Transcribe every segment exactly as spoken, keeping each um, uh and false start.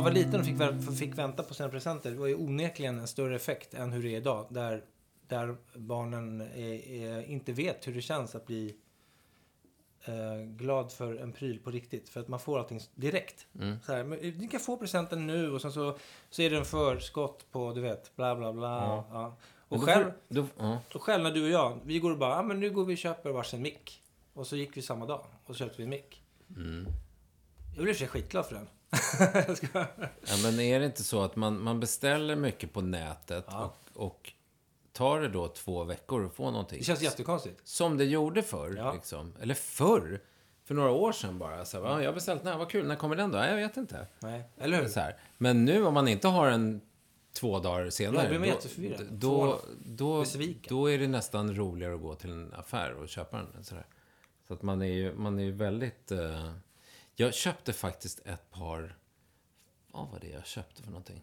var liten och fick, vä- fick vänta på sina presenter, det var ju onekligen en större effekt än hur det är idag. Där, där barnen är, är, inte vet hur det känns att bli eh, glad för en pryl på riktigt. För att man får allting direkt. Mm. Så här, men, ni kan få presenten nu och sen så, så är det en förskott på, du vet, bla bla bla. Ja. Ja. Och, då själv, får, då, ja. och själv när du och jag, vi går och bara, ah, men nu går vi och köper varsin mick. Och så gick vi samma dag och så köpte vi en mick. Mm. Jag blev så skitglad för den. Ja, men är det inte så att man, man beställer mycket på nätet Ja. och, och tar det då två veckor att få någonting? Det känns jättekonstigt. Som det gjorde förr, Ja. liksom. Eller förr, för några år sedan bara. Så, ja, jag har beställt den här, vad kul, när kommer den då? Jag vet inte. Nej, eller hur? Så här. Men nu om man inte har en två dagar senare, Ja, blir man då, jätteförvirrad. då, då, Besviken. då är det nästan roligare att gå till en affär och köpa den. Så, där. Så att man är ju, man är ju väldigt... Uh... Jag köpte faktiskt ett par... Vad var det jag köpte för någonting?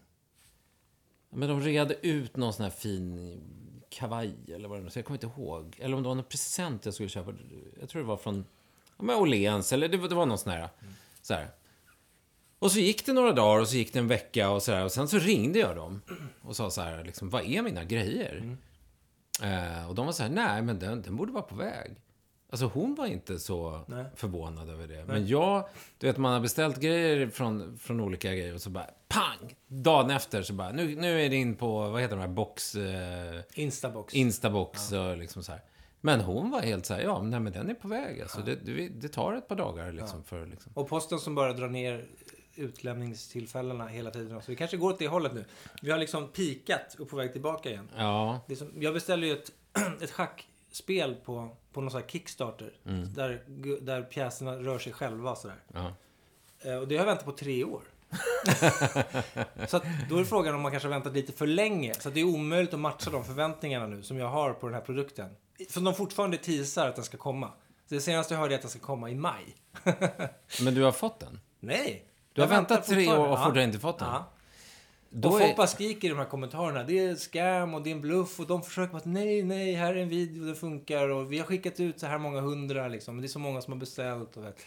Men de redde ut någon sån här fin kavaj eller vad det var. Så jag kommer inte ihåg. Eller om det var någon present jag skulle köpa. Jag tror det var från ja, Åhléns. Eller det var, det var någon sån här. Mm. Så här. Och så gick det några dagar och så gick det en vecka och så här. Och sen så ringde jag dem och sa så här, liksom, vad är mina grejer? Mm. Eh, och de var så här, nej men den, den borde vara på väg. Alltså hon var inte så nej. förvånad över det. Nej. Men jag, du vet man har beställt grejer från, från olika grejer och så bara, pang! Dagen efter så bara, nu, nu är det in på, vad heter de här, box... Eh, Instabox. Instabox ja. Och liksom så här. Men hon var helt så här, ja nej men den är på väg. Alltså, ja. det, det tar ett par dagar liksom, ja. för liksom. Och posten som bara drar ner utlämningstillfällena hela tiden. Så vi kanske går åt det hållet nu. Vi har liksom pikat och på väg tillbaka igen. Ja. Det är som, jag beställde ju ett, ett schackspel på, på någon sån här Kickstarter. Mm. Där, där pjäserna rör sig själva och sådär. Ja. Eh, och det har jag väntat på tre år. Så att, då är frågan om man kanske har väntat lite för länge. Så att det är omöjligt att matcha de förväntningarna nu som jag har på den här produkten. För de fortfarande teasar att den ska komma. Så det senaste jag hörde är att den ska komma i maj. Men du har fått den? Nej. Du har väntat tre år och ja. fortfarande inte fått den? Ja. Då och är... folk bara skriker i de här kommentarerna. Det är scam och det är en bluff. Och de försöker bara att nej, nej, här är en video, det funkar. Och vi har skickat ut så här många hundra liksom. Men det är så många som har beställt. Och vet.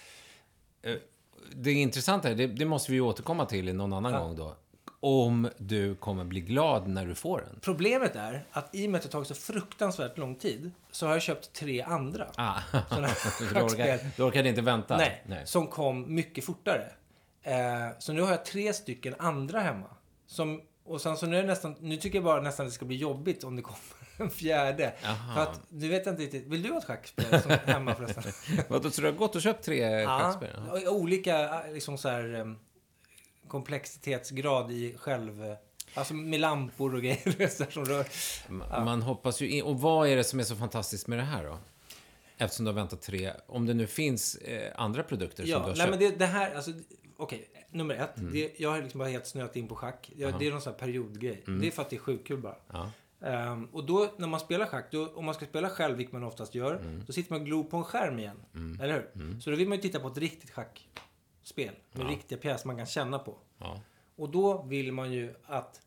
Det är intressant här, det, det måste vi återkomma till i någon annan ja. gång då. Om du kommer bli glad när du får den. Problemet är att i och med att det tagit så fruktansvärt lång tid så har jag köpt tre andra. Ah. du, orkar, du orkade inte vänta? Nej, Nej, som kom mycket fortare. Eh, så nu har jag tre stycken andra hemma. Som, och sen så nu är det nästan, nu tycker jag bara nästan att det ska bli jobbigt om det kommer en fjärde. Aha. För att, du vet inte riktigt, vill du ha ett schackspel som hemma förresten? Vad så du har gått och köpt tre ja, schackspel? Ja, olika liksom så här um, komplexitetsgrad i själv... Alltså med lampor och grejer som rör. Ja. Man hoppas ju in, och vad är det som är så fantastiskt med det här då? Eftersom du har väntat tre, om det nu finns eh, andra produkter ja, som du har nej, köpt. Men det, det här, alltså, okej, okay, nummer ett. Mm. Det, jag har liksom bara helt snöat in på schack. Jag, det är någon sån här periodgrej. Mm. Det är för att det är sjukt kul bara. Ja. Um, och då, när man spelar schack, då, om man ska spela själv, vilket man oftast gör, mm. då sitter man och glor på en skärm igen. Mm. Eller hur? Mm. Så då vill man ju titta på ett riktigt schackspel. Med ja. riktiga pjäser man kan känna på. Ja. Och då vill man ju att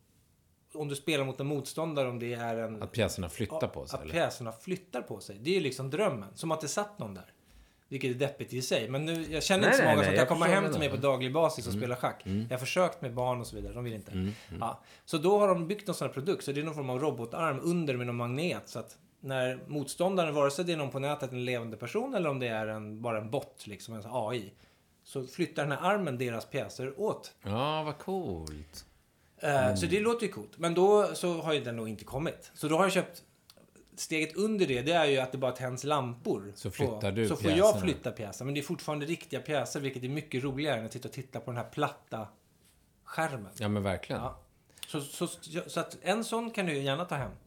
om du spelar mot en motståndare, om det är en... Att pjäserna flyttar på sig? Att eller? pjäserna flyttar på sig. Det är ju liksom drömmen. Som att det satt någon där. Vilket är deppigt i sig. Men nu, jag känner nej, inte så många nej, som kan komma hem till mig på daglig basis och mm. spela schack. Mm. Jag har försökt med barn och så vidare. De vill inte. Mm. Mm. Ja. Så då har de byggt någon sån här produkt. Så det är någon form av robotarm under med någon magnet. Så att när motståndaren, vare sig det är någon på nätet, en levande person, eller om det är en, bara en bot, liksom en A I, så flyttar den här armen deras pjäser åt. Ja, vad coolt. Mm. Så det låter ju coolt. Men då så har ju den nog inte kommit. Så då har jag köpt... Steget under det, det är ju att det bara tänds lampor. Så flyttar på, du Så får pjäserna. jag flytta pjäser. Men det är fortfarande riktiga pjäser, vilket är mycket roligare än att titta och titta på den här platta skärmen. Ja, men verkligen. Ja. Så, så, så att en sån kan du gärna ta hem.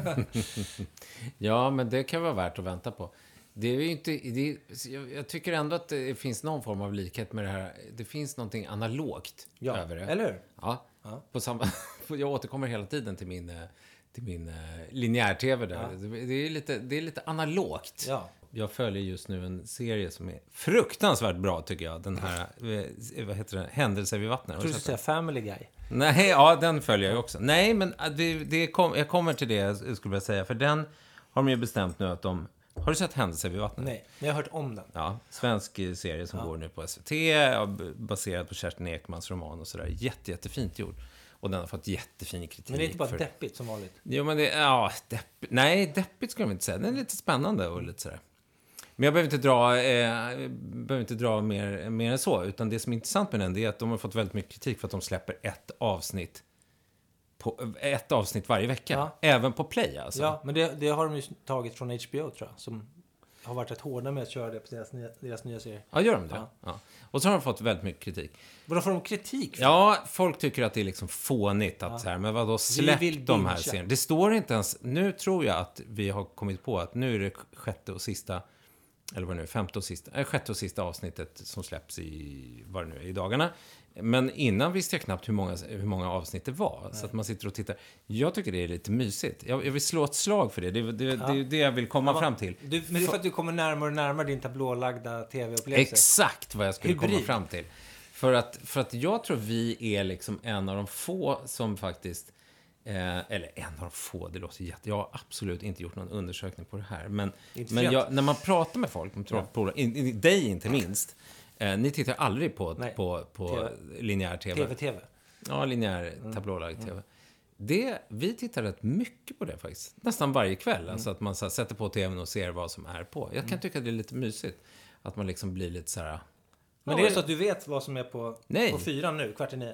Ja, men det kan vara värt att vänta på. Det är ju inte, det är, jag tycker ändå att det finns någon form av likhet med det här. Det finns någonting analogt ja, över det. Eller hur? Ja, ja. På samma, jag återkommer hela tiden till min, till min uh, linjär-tv där. Ja. Det, är lite, det är lite analogt. Ja. Jag följer just nu en serie som är fruktansvärt bra, tycker jag. Den här, vad heter det? Händelser vid vattnet. Jag tror du skulle säga Family Guy. Nej, ja, den följer jag också. Nej, men det, det kom, jag kommer till det, jag skulle vilja säga. För den har de ju bestämt nu att de, Har du sett Händelser vid vattnet? Nej, men jag har hört om den. Ja, svensk serie som ja. går nu på S V T, baserad på Kerstin Ekmans roman och sådär. Jätte, jättefint gjord. Och den har fått jättefin kritik. Men det är inte bara för... deppigt som vanligt? Jo, men det ja, depp... Nej, deppigt ska jag inte säga. Den är lite spännande och lite sådär. Men jag behöver inte dra, eh, behöver inte dra mer, mer än så. Utan det som är intressant med den är att de har fått väldigt mycket kritik för att de släpper ett avsnitt på, ett avsnitt varje vecka. Ja. Även på Play alltså. Ja, men det, det har de ju tagit från H B O tror jag. Som har varit rätt hårda med att köra det på deras nya, deras nya serie. Ja, gör de det? Ja. Ja. Och så har de fått väldigt mycket kritik. Vadå får de kritik för? Ja, folk tycker att det är liksom fånigt att ja. så här, men vadå, släpp de här serierna. Det står inte ens, nu tror jag att vi har kommit på att nu är det sjätte och sista, eller vad det nu är, femte och sista, äh, sjätte och sista avsnittet som släpps i, vad det nu är, i dagarna. Men innan visste jag knappt hur många, hur många avsnitt det var. Nej. Så att man sitter och tittar. Jag tycker det är lite mysigt. Jag, jag vill slå ett slag för det. Det, det, ja. det är det jag vill komma ja, fram till. Du, men det är för att du kommer närmare och närmare din tablålagda tv-upplevelse. Exakt vad jag skulle Hybrid. komma fram till. För att, för att jag tror vi är liksom en av de få som faktiskt... Eh, eller en av de få, det låter jätte... Jag har absolut inte gjort någon undersökning på det här. Men, men jag, när man pratar med folk, ja. på, in, in, dig inte minst... Eh, ni tittar aldrig på, på, på linjär tv. Tv-tv. Ja, linjär mm. tablålagd tv. Mm. Det, vi tittar rätt mycket på det faktiskt. Nästan varje kväll. Mm. Alltså att man så här, sätter på tvn och ser vad som är på. Jag kan mm. tycka att det är lite mysigt. Att man liksom blir lite så här... Men det är så att du vet vad som är på, på fyran nu, kvart i nio?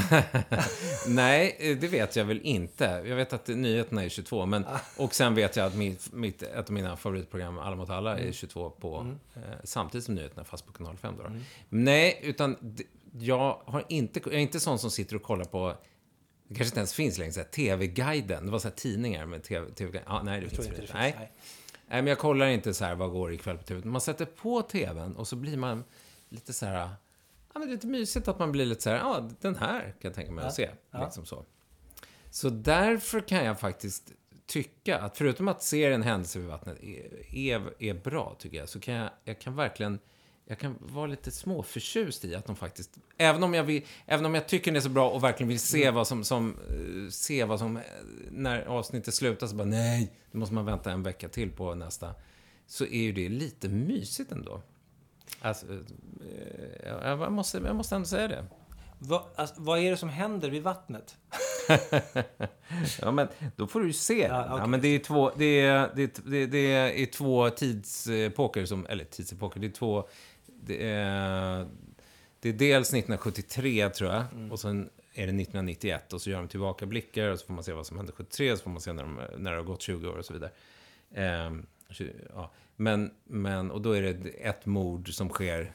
Nej, det vet jag väl inte. Jag vet att nyheterna är tjugotvå. Men, ah. Och sen vet jag att mitt, mitt, ett av mina favoritprogram, Alla mot alla, mm. är tjugotvå på, mm. eh, samtidigt som nyheterna, fast på kanal fem. Då. Mm. Nej, utan jag, har inte, jag är inte sån som sitter och kollar på... Det kanske inte ens finns längre, så här, T V-guiden. Det var så här tidningar med T V... T V ah, nej, det jag finns inte. Det nej. nej. nej, men jag kollar inte så här, vad går ikväll på T V. Man sätter på tvn och så blir man lite så här... Ja, men det är lite mysigt att man blir lite så här, ja, den här kan jag tänka mig ja, att se. Ja. Liksom så. Så därför kan jag faktiskt tycka att förutom att serien Händelser vid vattnet är, är, är bra, tycker jag, så kan jag, jag kan verkligen, jag kan vara lite småförtjust i att de faktiskt, även om jag vill, även om jag tycker det är så bra och verkligen vill se mm. vad som, som uh, se vad som, när avsnittet slutar så bara, nej, då måste man vänta en vecka till på nästa, så är ju det lite mysigt ändå. Alltså, jag måste, jag måste ändå säga det. Va, alltså, vad är det som händer vid vattnet? Ja, men då får du ju se. Ja, okay. Ja, men det är två, det är, det, det, det är två tidsepoker som, eller tidsepoker, det är två, det är, det är dels nittonhundrasjuttiotre tror jag, mm. och sen är det nittonhundranittioett och så gör de tillbaka blickar och så får man se vad som hände sjuttiotre och så får man se när, de, när det har gått tjugo år och så vidare. Ehm, ja. Men, men, och då är det ett mord som sker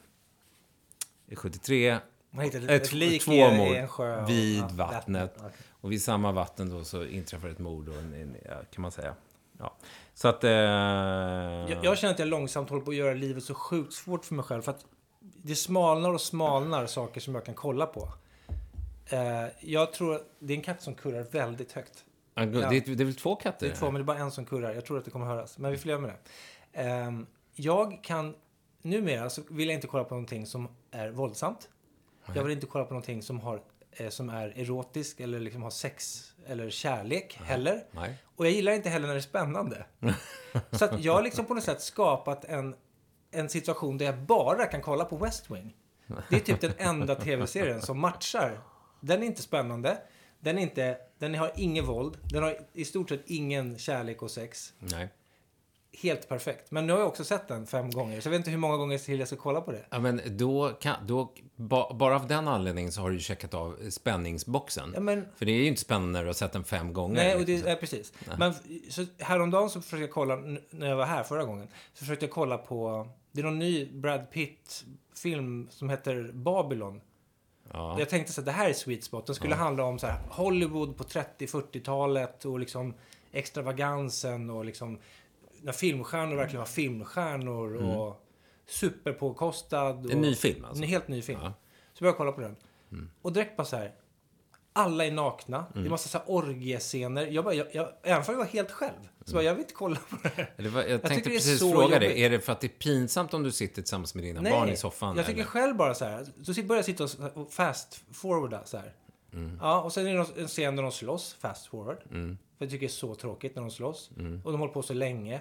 i sjuttiotre. Man hittar ett, ett, ett lik två i, mord i en sjö. Och, vid ja, vattnet. Okay. Och vid samma vatten då så inträffar ett mord och en, en, ja, kan man säga. Ja. Så att... Eh... Jag, jag känner att jag långsamt håller på att göra livet så sjukt svårt för mig själv. För att det smalnar och smalnar saker som jag kan kolla på. Eh, jag tror att det är en katt som kurrar väldigt högt. Ja, det, är, det är väl två katter? Det är två, men det är bara en som kurrar. Jag tror att det kommer höras. Men vi får med det. Um, jag kan... Numera så vill jag inte kolla på någonting som är våldsamt. Nej. Jag vill inte kolla på någonting som, har, eh, som är erotisk eller liksom har sex eller kärlek Nej. heller. Nej. Och jag gillar inte heller när det är spännande. Så att jag har liksom på något sätt skapat en, en situation där jag bara kan kolla på West Wing. Det är typ den enda tv-serien som matchar. Den är inte spännande. Den, är inte, den har ingen våld. Den har i stort sett ingen kärlek och sex. Nej. Helt perfekt. Men nu har jag också sett den fem gånger. Så jag vet inte hur många gånger till jag ska kolla på det. Ja, men då kan, då, ba, bara av den anledningen så har du ju checkat av spänningsboxen. Ja, men, för det är ju inte spännande när du har sett den fem gånger. Nej, och det är ja, precis. Nej. Men så häromdagen så försökte jag kolla, när jag var här förra gången, så försökte jag kolla på, det är någon ny Brad Pitt-film som heter Babylon. Ja. Jag tänkte så att det här är sweet spot. Den skulle ja. handla om så här, Hollywood på trettio-fyrtiotalet och liksom extravagansen och liksom när filmstjärnor verkligen var filmstjärnor mm. och superpåkostad. Och, en ny film alltså? En helt ny film. Ja. Så började jag kolla på den. Mm. Och direkt bara så här, alla är nakna. Mm. Det är en massa så här orgiescener. Jag bara, jag, jag, även för jag var helt själv. Så mm. bara, jag vill inte kolla på det här. Det var, jag, jag tänkte precis fråga dig. Är det för att det är pinsamt om du sitter tillsammans med dina Nej, barn i soffan? Jag tycker eller? själv bara så här. Så börjar jag sitta och fast forwarda så här. Mm. Ja, och sen är det en scen där de slåss fast forward. Mm. För jag tycker det är så tråkigt när de slåss. Mm. Och de håller på så länge. Och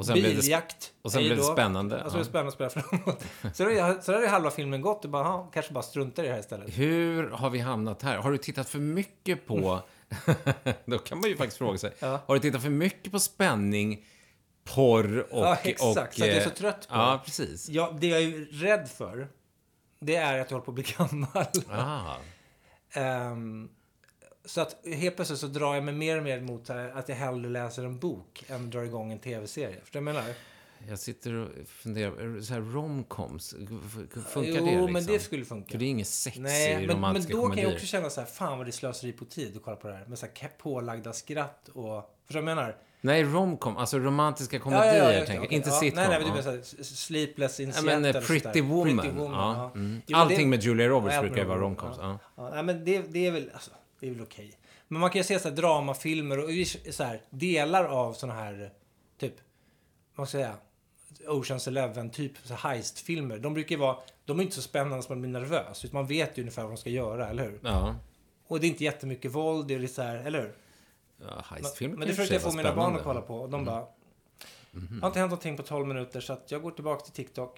Och sen biljakt. Blev det, och sen blev det spännande. Alltså ja. det är spännande att spela framåt. Så då är, så då är halva filmen gått och bara, ha, kanske bara struntar i det här istället. Hur har vi hamnat här? Har du tittat för mycket på... Då kan man ju faktiskt fråga sig. Ja. Har du tittat för mycket på spänning, porr och... Ja, exakt. Och, så att jag är så trött på. Ja, precis. Ja, det jag är rädd för, det är att jag håller på att bli gammal. Ah. um, så att helt plötsligt så drar jag mig mer och mer mot att jag hellre läser en bok än drar igång en tv-serie. Förstår du vad jag menar? Jag sitter och funderar, så här romcoms, funkar jo, det liksom? Jo, men det skulle funka. För det är inget sex Nej, i men, romantiska men då komedier. kan jag också känna så här, fan vad det slöseri på tid att kolla på det här. Med så här pålagda skratt och... Förstår du vad jag menar? Nej, romcom, alltså romantiska komedier, ja, ja, ja, jag tänker. Okay, inte ja, sitcom. Nej, nej, men det är så här, Sleepless in Seattle. Ja, men Pretty Woman. Pretty Woman ja. Ja. Mm. Jo, Allting det, med Julia Roberts brukar ju vara romcoms. Ja. Ja. Ja, men det, det är väl, alltså, det är väl okej. Okay. Men man kan ju se så här dramafilmer och så här, delar av såna här, typ, vad ska jag säga, Ocean's Eleven, typ så här heistfilmer. De brukar ju vara, de är inte så spännande som man blir nervös. Utan man vet ju ungefär vad de ska göra, eller hur? Ja. Och det är inte jättemycket våld, det är lite så här, eller hur? Ja, heistfilmer. Men det försökte jag få mina barn att kolla på. Och de mm. bara, mm-hmm. Jag har inte hänt någonting på tolv minuter så att jag går tillbaka till TikTok.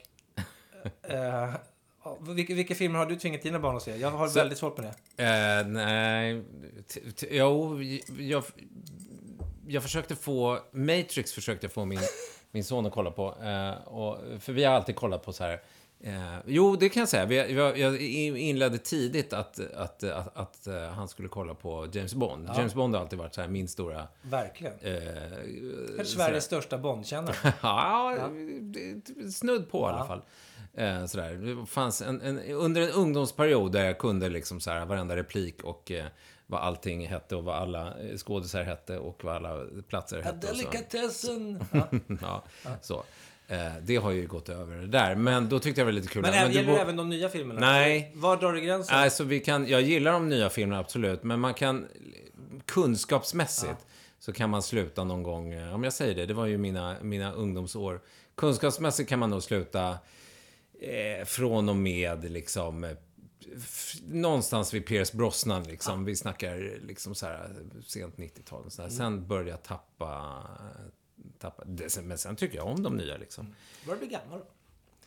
uh, vilka, vilka filmer har du tvingat dina barn att se? Jag har så, väldigt svårt med det. Uh, nej, t- t- jo, jag, jag försökte få, Matrix försökte få min, min son att kolla på. Uh, och, för vi har alltid kollat på så här. Uh, jo, det kan jag säga. Vi, jag, jag inledde tidigt att, att, att, att uh, han skulle kolla på James Bond. Ja. James Bond har alltid varit så här min stora... Verkligen. Uh, Sveriges största Bond-kännare. ja, ja. Snudd på i alla ja. fall. Uh, sådär. Det fanns en, en, under en ungdomsperiod där jag kunde liksom så här, varenda replik och uh, vad allting hette och vad alla skådisar hette och vad alla platser hette. Delikatessen! Ja. ja, ja, så. Det har ju gått över det där. Men då tyckte jag det var lite kul. Men, men gäller det bo- även de nya filmerna? Nej. Var drar du gränsen? Alltså, vi kan, jag gillar de nya filmerna, absolut. Men man kan, kunskapsmässigt, ja. så kan man sluta någon gång. Om jag säger det, det var ju mina, mina ungdomsår. Kunskapsmässigt kan man nog sluta eh, från och med liksom... F- någonstans vid Pierce Brosnan liksom. Ja. Vi snackar liksom så här sent nittiotal. Så här. Mm. Sen börjar jag tappa... tappa. Men sen tycker jag om de nya liksom. Var blir gammal då?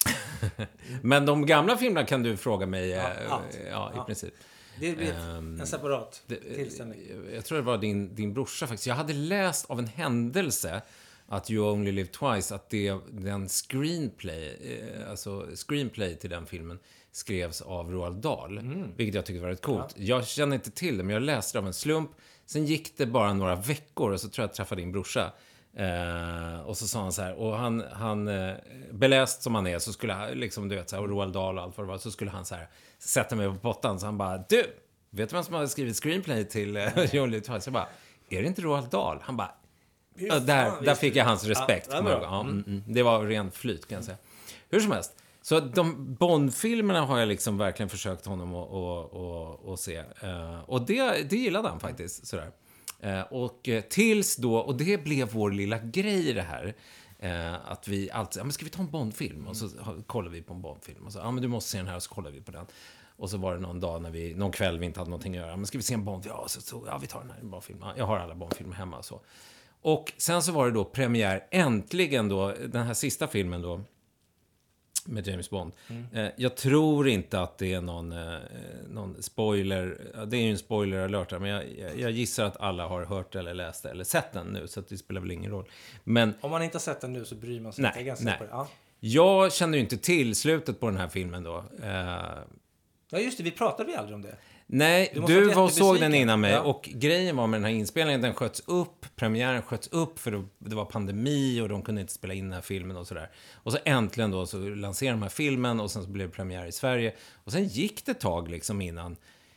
Men de gamla filmerna kan du fråga mig ja, ja, ja i ja. princip. Det blir um, en separat tillställning. Jag tror det var din, din brorsa faktiskt. Jag hade läst av en händelse att You Only Live Twice, att det, den screenplay, alltså screenplay till den filmen skrevs av Roald Dahl. Mm. Vilket jag tyckte var rätt coolt. Ja. Jag känner inte till det, men jag läste det av en slump. Sen gick det bara några veckor och så tror jag att jag träffade din brorsa. Eh, och så sa han så här, och han, han eh, beläst som han är, så skulle han liksom, du vet så här, och Roald Dahl och allt vad det var, så skulle han så här sätta mig på pottan, så han bara, du, vet du vem som har skrivit screenplay till uh, John Lee Twice? Jag bara, är det inte Roald Dahl? Han bara, ja, där, där fick jag hans respekt. Ja, det, ja, mm, mm, det var ren flyt kan jag säga. Hur som helst, så de Bond-filmerna har jag liksom verkligen försökt honom att, att, att, att se. Uh, och det, det gillade han faktiskt, sådär. Uh, och uh, tills då, och det blev vår lilla grej i det här, uh, att vi alltid, ja men ska vi ta en Bond-film? Mm. Och så uh, kollar vi på en Bond-film. Och så, ja men du måste se den här, och så kollar vi på den. Och så var det någon dag när vi, någon kväll vi inte hade någonting att göra. Men ska vi se en Bond? Ja, så, så, ja vi tar den här Bond-film. Ja, jag har alla Bond-filmer hemma och så. Och sen så var det då premiär, äntligen då, den här sista filmen då, med James Bond. Mm. Eh, jag tror inte att det är någon, eh, någon spoiler. Det är ju en spoiler alert här, men jag, jag gissar att alla har hört eller läst eller sett den nu, så att det spelar väl ingen roll. Men om man inte har sett den nu så bryr man sig nej, inte ganska nej. på det. Ja. Jag känner ju inte till slutet på den här filmen då. Eh, ja just det, vi pratade ju aldrig om det. Nej, du, du var och såg den innan mig, ja. Och grejen var med den här inspelningen, den sköts upp, premiären sköts upp för det var pandemi och de kunde inte spela in den här filmen och sådär. Och så äntligen då så lanserade de här filmen och sen så blev det premiär i Sverige. Och sen gick det ett tag liksom innan,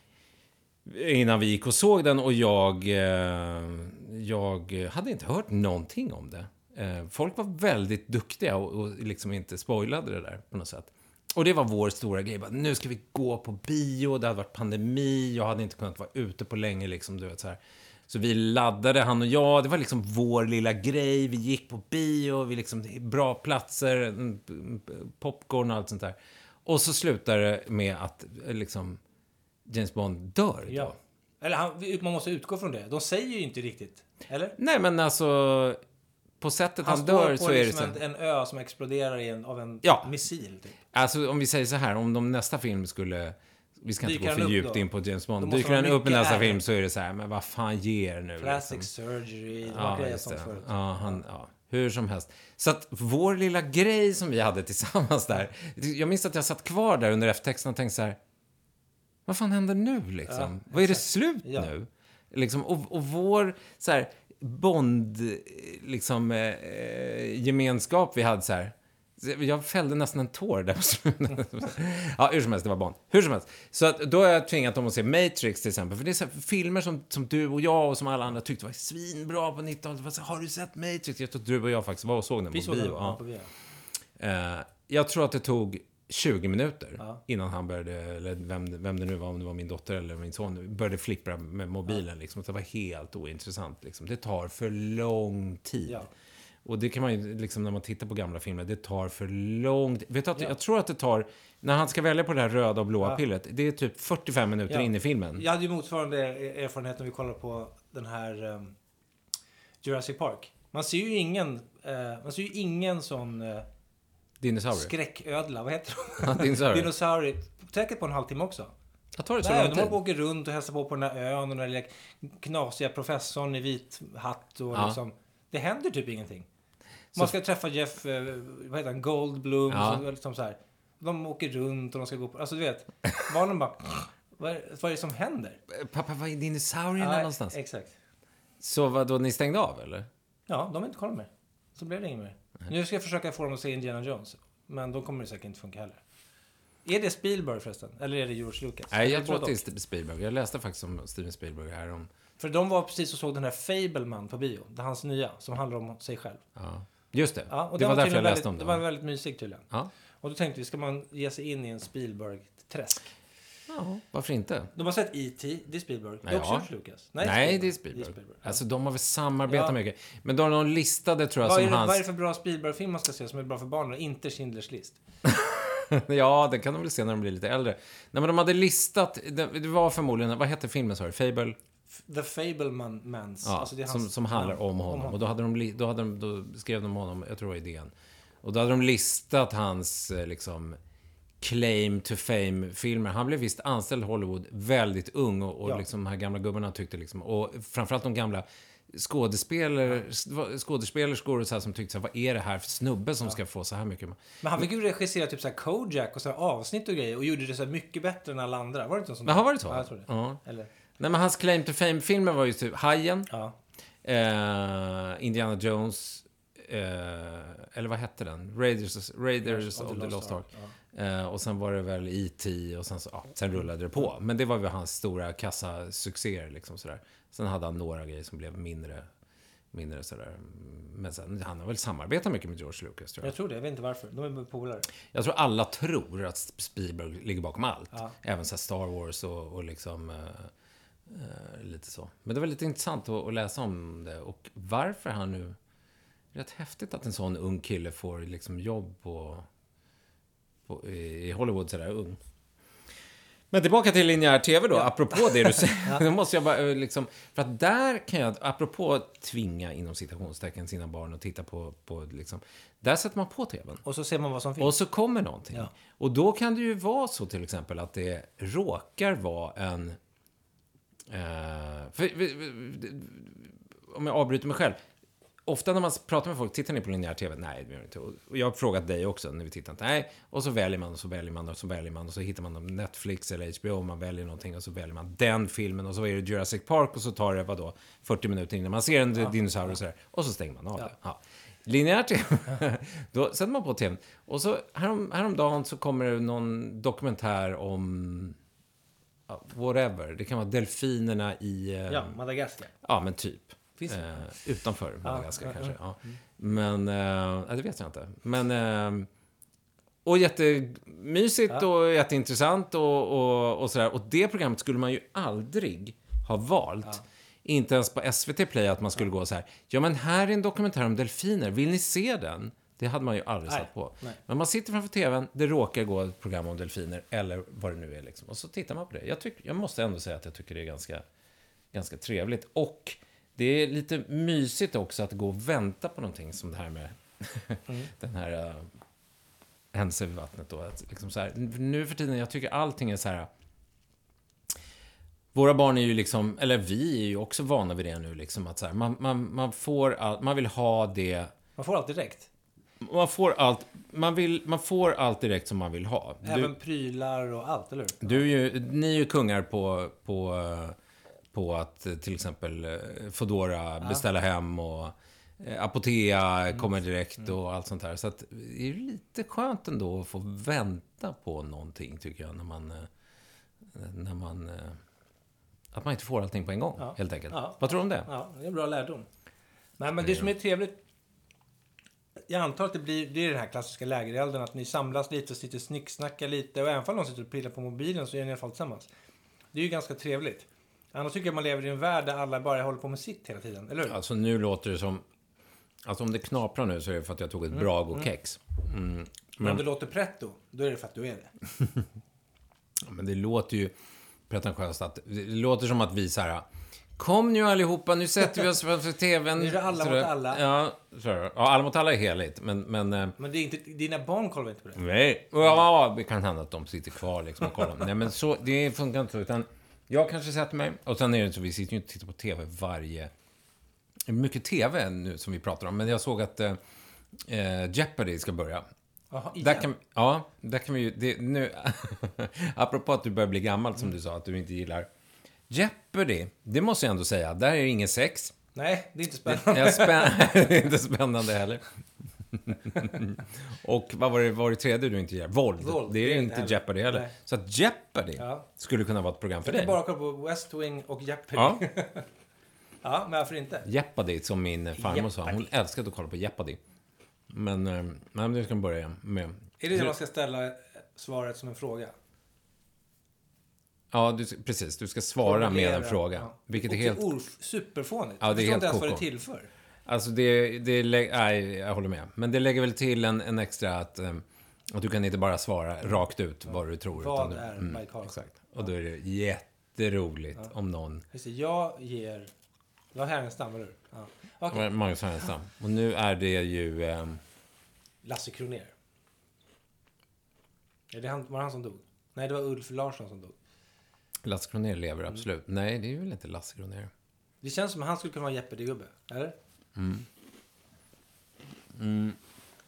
innan vi gick och såg den, och jag, jag hade inte hört någonting om det. Folk var väldigt duktiga och, och liksom inte spoilade det där på något sätt. Och det var vår stora grej. Nu ska vi gå på bio. Det hade varit pandemi. Jag hade inte kunnat vara ute på länge. Liksom, du vet, så här. Så vi laddade, han och jag. Det var liksom vår lilla grej. Vi gick på bio. Vi liksom, bra platser. Popcorn och allt sånt där. Och så slutar det med att liksom, James Bond dör. Ja. Eller han, man måste utgå från det. De säger ju inte riktigt. Eller? Nej, men alltså... på sättet han, han dör så är det liksom så... En, en ö som exploderar i en, av en ja. missil. Typ. Alltså om vi säger så här, om de nästa film skulle... Vi ska dyker inte gå för djupt in på James Bond. Dyker han upp i nästa film så är det så här, men vad fan ger nu? Plastic liksom. surgery, det ja, var grejer som förut. Ja, han, ja, hur som helst. Så att vår lilla grej som vi hade tillsammans där, jag minns att jag satt kvar där under eftertexten och tänkte så här, vad fan händer nu liksom? Ja, vad är det slut ja. nu? Liksom, och, och vår så här, Bond liksom eh, gemenskap vi hade så här. Jag fällde nästan en tår där. Ja, hur som helst, det var Bond. Hur som helst. Så att, då har jag tvingat dem att se Matrix till exempel. För det är så här, filmer som, som du och jag och som alla andra tyckte var svinbra på nittiotalet. Har du sett Matrix? Jag tror du och jag faktiskt var och såg den Vi på såg bio. Den, ja. på bio. Uh, jag tror att det tog tjugo minuter ja. innan han började, eller vem, vem det nu var, om det var min dotter eller min son, började flippra med mobilen. Ja. Liksom. Det var helt ointressant. Liksom. Det tar för lång tid. Ja. Och det kan man ju, liksom, när man tittar på gamla filmer, det tar för långt. Vet du att, ja. jag tror att det tar, när han ska välja på det här röda och blåa ja. pillet, det är typ fyrtiofem minuter ja. in i filmen. Jag hade ju motsvarande erfarenhet när vi kollade på den här um, Jurassic Park. Man ser ju ingen, uh, man ser ju ingen sån uh, dinosaurie. Skräcködla, vad heter det? Ja, dinosaurie. Dinosaurie, säkert på en halvtimme också. Jag tar det så Nej, lång de tid. åker runt och hälsar på på den här ön och den där knasiga professorn i vit hatt och ja. liksom, det händer typ ingenting. Man ska så... träffa Jeff, eh, vad heter han, Goldblum, ja. så, liksom så här. De åker runt och de ska gå på, alltså du vet, barnen bara, vad är, vad är det som händer? Pappa, vad är dinosaurierna ja, någonstans? Exakt. Så vad då, ni stängde av eller? Ja, de har inte kollat mer. Så blev det inget mer. Mm. Nu ska jag försöka få dem att se Indiana Jones, men de kommer det säkert inte funka heller. Är det Spielberg förresten? Eller är det George Lucas? Nej, jag, jag tror att det är Spielberg. Jag läste faktiskt om Steven Spielberg här om... För de var precis och såg den här Fableman på bio. Det är hans nya, som handlar om sig själv. Ja. Just det. Ja, och det var, var därför jag läste väldigt, om det. Det var väldigt mysigt tydligen. Ja. Och då tänkte vi, ska man ge sig in i en Spielberg-träsk? Ja, varför inte? De har sett E T, det är Spielberg. Nej, det är också George Lucas. Nej, Nej det är Spielberg. Det är Spielberg. Alltså, de har väl samarbetat ja. mycket. Men då har de listade, tror jag, vad som det, hans... Vad är det för bra Spielberg-film man ska se som är bra för barn och inte Schindler's list? Ja, det kan de väl se när de blir lite äldre. Nej, men de hade listat... Det var förmodligen... Vad hette filmen, sa du? Fable... The Fableman Mans. Ja, alltså det är som, hans, som handlar om honom. Om honom. Och då, hade de, då, hade de, då skrev de honom, jag tror det var idén. Och då hade de listat hans liksom, claim to fame-filmer. Han blev visst anställd i Hollywood väldigt ung. Och, och ja. liksom, de här gamla gubbarna tyckte liksom... Och framförallt de gamla skådespelare, skådespelerskor och så här, som tyckte så här, vad är det här för snubbe som ja. ska få så här mycket? Men han fick ju regissera typ så här Kojak och så här avsnitt och grejer. Och gjorde det så här mycket bättre än alla andra. Var det inte så? Men har varit så? Ja, jag tror det. Ja. Eller... Nej, men hans claim to fame-filmer var ju typ Hajen, ja. eh, Indiana Jones, eh, eller vad hette den? Raiders, Raiders of, of the Lost Ark. Ja. Eh, och sen var det väl E T och sen, så, ja, sen rullade det på. Men det var väl hans stora kassasuccéer liksom sådär. Sen hade han några grejer som blev mindre, mindre sådär. Men sen, han har väl samarbetat mycket med George Lucas, tror jag. Jag tror det, jag vet inte varför. De är polare. Jag tror alla tror att Spielberg ligger bakom allt. Ja. Även så Star Wars och, och liksom... Eh, Uh, lite så. Men det var lite intressant att, att läsa om det. Och varför han nu... Rätt häftigt att en sån ung kille får liksom jobb på, på, i Hollywood sådär ung. Men tillbaka till linjär tv då. Ja. Apropå det du säger. Ja. Då måste jag bara liksom... För att där kan jag, apropå tvinga inom citationstecken sina barn och titta på, på liksom... Där sätter man på tvn. Och så ser man vad som finns. Och så kommer någonting. Ja. Och då kan det ju vara så till exempel att det råkar vara en... Uh, för, för, för, om jag avbryter mig själv. Ofta när man pratar med folk, tittar ni på linjär tv? Nej, det gör inte. Och jag har frågat dig också när vi tittar inte. Nej, och så väljer man och så väljer man och så väljer man och så hittar man Netflix eller H B O och man väljer någonting och så väljer man den filmen och så är det Jurassic Park och så tar det vadå fyrtio minuter innan man ser en ja. dinosaurie och så där, och så stänger man av ja. det. Ja. Linjär tv, då sätter man på tvn och så härom, häromdagen så kommer det någon dokumentär om whatever. Det kan vara delfinerna i... Eh, ja, Madagaskar. Ja, men typ. Finns eh, utanför Madagaskar ja, kanske. Ja. Ja. Men, eh, det vet jag inte. Men, eh, och jättemysigt ja. och jätteintressant och, och, och sådär. Och det programmet skulle man ju aldrig ha valt. Ja. Inte ens på S V T Play att man skulle ja. gå så här. Ja, men här är en dokumentär om delfiner. Vill ni se den? Det hade man ju aldrig Nej, satt på. nej. Men man sitter framför tvn, det råkar gå ett program om delfiner, eller vad det nu är. Liksom. Och så tittar man på det. Jag, tyck, jag måste ändå säga att jag tycker det är ganska, ganska trevligt. Och det är lite mysigt också att gå och vänta på någonting som det här med Mm. den här uh, händelsen vid vattnet då. Att liksom så här, nu för tiden, jag tycker allting är så här. Våra barn är ju liksom, eller vi är ju också vana vid det nu liksom, att så här, man, man, man får all, man vill ha det. Man får allt direkt. Man får allt, man vill, man får allt direkt som man vill ha. Även du, prylar och allt, eller hur? Du är ju, ni är ju kungar på, på, på att till exempel Foodora beställa ja. hem och Apotea mm. kommer direkt mm. och allt sånt här. Så att det är lite skönt ändå att få vänta på någonting, tycker jag, när man, när man, att man inte får allting på en gång, ja. helt enkelt. Ja. Vad tror du om det? Ja, det är en bra lärdom. Nej, men det som är trevligt, jag antar att det blir, det är den här klassiska lägerelden, att ni samlas lite och sitter och snicksnackar lite, och även om någon sitter och pillar på mobilen så är ni i alla fall tillsammans. Det är ju ganska trevligt. Annars tycker jag man lever i en värld där alla bara håller på med sitt hela tiden, eller hur? Alltså nu låter det som, alltså om det knaprar nu så är det för att jag tog ett mm. Brago-kex. Mm. Men, men om det låter pretto, då är det för att du är det. Men det låter ju pretentiöst att, det låter som att vi så här, kom nu allihopa, nu sätter vi oss för tvn. Nu är det alla så mot alla. Ja, så ja, alla mot alla är heligt, men... Men, men det är inte, dina barn kollar inte på det. Nej, ja, det kan hända att de sitter kvar liksom och kollar. Nej, men så, det funkar inte så, utan jag kanske sätter mig, och sen är det så, vi sitter ju inte och tittar på tv varje... Mycket tv nu som vi pratar om, men jag såg att eh, Jeopardy ska börja. Aha, där kan, ja, där kan vi ju... Det, nu, apropå att du börjar bli gammal, som mm. du sa, att du inte gillar... Jeopardy, det måste jag ändå säga. Där är det ingen sex. Nej, det är inte spännande. Det, spän- det är inte spännande heller. Och vad var det, vad var det tredje du inte gillar? Våld. Våld. Det är, det är inte heller. Jeopardy heller. Nej. Så att Jeopardy ja. skulle kunna vara ett program för jag dig. Jag bara kolla på West Wing och Jeopardy. Ja, ja, men varför inte? Jeopardy, som min farmor sa. Hon älskade att kolla på Jeopardy. Men, men det ska man börja med. Är det det man ska ställa svaret som en fråga? Ja, du, precis. Du ska svara med en fråga. Ja. Vilket är helt... Orf, superfånigt. Ja, det är helt inte ens vad det tillför. Alltså, det, det lä... Nej, jag håller med. Men det lägger väl till en, en extra att, um, att du kan inte bara svara rakt ut vad du tror. Vad utan är du, mm, Mike Carlson? Exakt. Och då är det jätteroligt ja. om någon... Just det, jag ger... Jag har Härenstam, eller hur? Ja. Okay. Magnus Härenstam. Och nu är det ju... Um... Lasse Kronér. Är det han, var det han som dog? Nej, det var Ulf Larsson som dog. Lasse Kronér lever absolut. Mm. Nej, det är väl inte Lasse Kronér. Det känns som att han skulle kunna vara Jeopardy-gubbe, eller? Mm. Mm.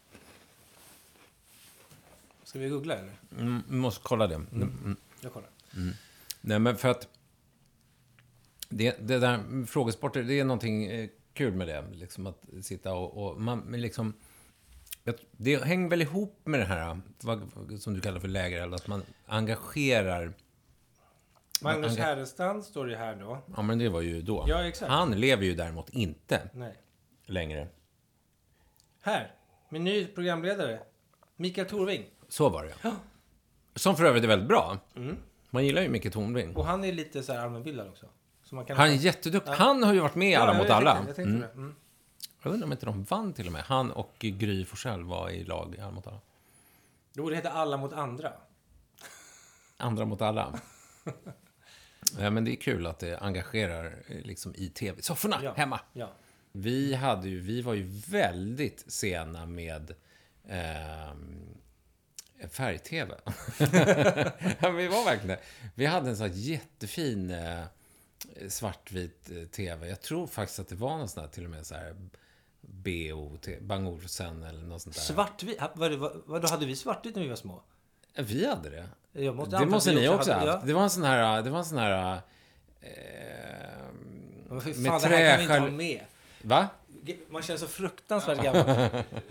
Ska vi googla, eller? Mm, vi måste kolla det. Mm. Mm. Jag kollar. Mm. Nej, men för att det, det där frågesporter, det är någonting eh, kul med det. Liksom att sitta och, och man liksom... Det hänger väl ihop med det här, vad, som du kallar för läger, att man engagerar... Magnus Anga- Härenstam står det här då. Ja, men det var ju då. Ja, exakt. Han lever ju däremot inte Nej. längre. Här, min ny programledare, Mikael Torving. Så var det, ja. Som för övrigt är väldigt bra. Mm. Man gillar ju Mikael Torving. Och han är lite så här allmänbildad också. Så man kan han är jätteduktig. Ja. Han har ju varit med i Alla ja, mot jag alla. Tänkte, jag, tänkte mm. Mm. jag undrar om inte de vann till och med. Han och Gry Forssell var i lag i Alla mot alla. Då det heter Alla mot andra. Andra mot alla. Ja, men det är kul att det engagerar liksom i tv-sofforna ja. hemma. Ja. Vi, hade ju, vi var ju väldigt sena med eh, färg-tv. Ja, vi var verkligen det. Vi hade en sån här jättefin eh, svartvit eh, tv. Jag tror faktiskt att det var någon sån här, till och med så här B O T, Bang Olufsen eller något sånt där. Svartvit? Vad, vad, vad, då hade vi svartvit när vi var små? Vi hade det. Jag måste det måste ni också ha haft. Ja. Det var en sån här... Det var en sån här eh, men för fan, med det här kan vi inte ha med. Va? Man känner så fruktansvärt gammal.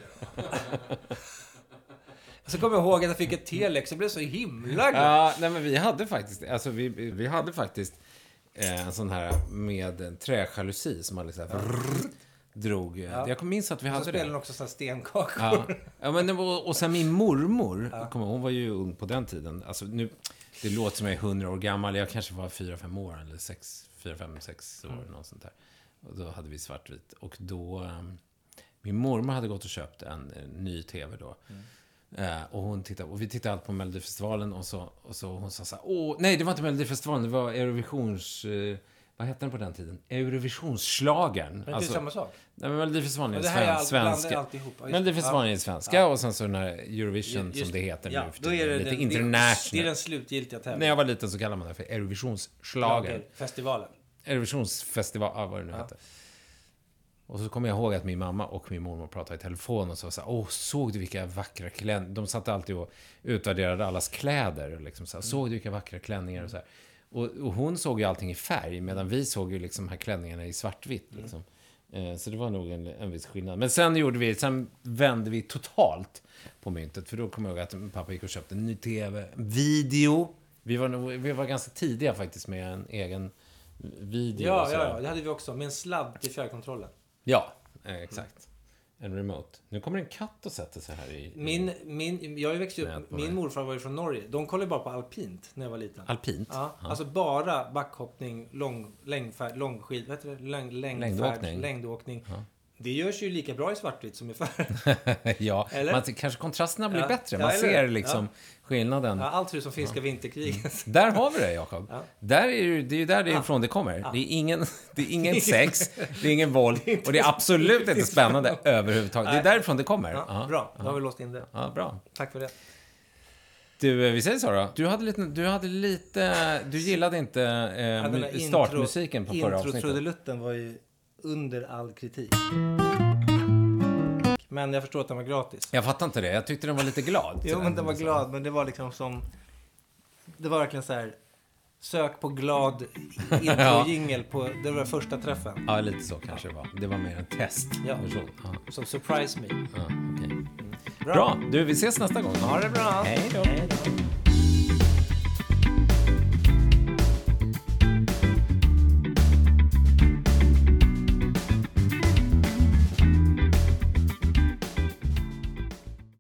Så kommer jag ihåg att jag fick ett telex. Jag blev så himla glad. Ja, nej, men vi hade faktiskt... Alltså, vi, vi hade faktiskt eh, en sån här med en träjalusi som man liksom... Ja. drog. Ja. Jag minns att vi hade det. Så spelade också sån stenkakor. Ja. Ja, men det var, och sen min mormor, ja. kom, hon var ju ung på den tiden. Alltså nu, det låter som jag är hundra år gammal. Jag kanske var fyra, fem år eller sex, fyra, fem, sex år mm. något sånt där. Och då hade vi svartvit. Och då, um, min mormor hade gått och köpt en, en ny tv då. Mm. Uh, och hon tittade, och vi tittade allt på Melodifestivalen och så, och så hon sa så här, åh, nej det var inte Melodifestivalen, det var Eurovisions... Uh, vad hette den på den tiden? Eurovisionsschlagern. Men det är alltså, samma sak. Nej, men Melodifestivalen är det här svensk, är all, svenska. alltihop. Melodifestivalen är svenska ja. och sen så den här Eurovision just, som det heter ja, nu för då är det lite den, international. Det är den slutgiltiga tävlingen. När jag var liten så kallade man det för Eurovisionsschlagern. Festivalen. Eurovisionsfestival, ja, vad det nu ja. heter. Och så kommer jag ihåg att min mamma och min mormor pratade i telefon och så sa, åh, såg du vilka vackra klänningar? De satt alltid och utvärderade allas kläder. Liksom så här, såg du vilka vackra klänningar? Och, så här. Och, och hon såg ju allting i färg, medan vi såg ju liksom här klänningarna i svartvitt. Liksom. Mm. Så det var nog en, en viss skillnad. Men sen gjorde vi, sen vände vi totalt på myntet. För då kommer jag ihåg att pappa gick och köpte en ny tv, en video. Vi var, vi var ganska tidiga faktiskt med en egen video. Ja, ja, ja, det hade vi också. Med en sladd till fjärrkontrollen. Ja, exakt. En remote. Nu kommer en katt och sätter sig här i... Min, min, jag har ju växt upp, min morfar var ju från Norge. De kollade bara på alpint när jag var liten. Alpint? Ja, ja. Alltså bara backhoppning, lång, längdfärd, långskid, vad heter det? Läng, längdfärd, längdåkning. längdåkning. Ja. Det görs ju lika bra i svartvitt som i färg. Ja, man, kanske kontrasterna blir ja. bättre. Man ja, ser liksom ja. skillnaden. Ja, allt som finska ja. vinterkriget. Där har vi det, Jakob. Ja. Där är ju, det är ju där det är ifrån ja. det kommer. Ja. Det är ingen, det är ingen sex, det är ingen våld och det är absolut inte spännande överhuvudtaget. Det är därifrån det kommer. Ja, ja. Bra, då har vi låst in det. Ja, bra. Tack för det. Du, vi säger så då. Du hade lite, du hade lite, du gillade inte eh, startmusiken på förra avsnittet. Intro-trudelutten var ju under all kritik. Men jag förstår att den var gratis. Jag fattar inte det. Jag tyckte den var lite glad. Jo, men den var glad. Men det var liksom som... Det var verkligen så här... Sök på glad intro-jingel på... Det var första träffen. Ja, lite så kanske det var. Det var mer en test. Ja. ja. Som surprise me. Ja, okej. Okay. Mm. Bra. Bra. Du, vi ses nästa gång. Ha det bra. Hej då. Hej då.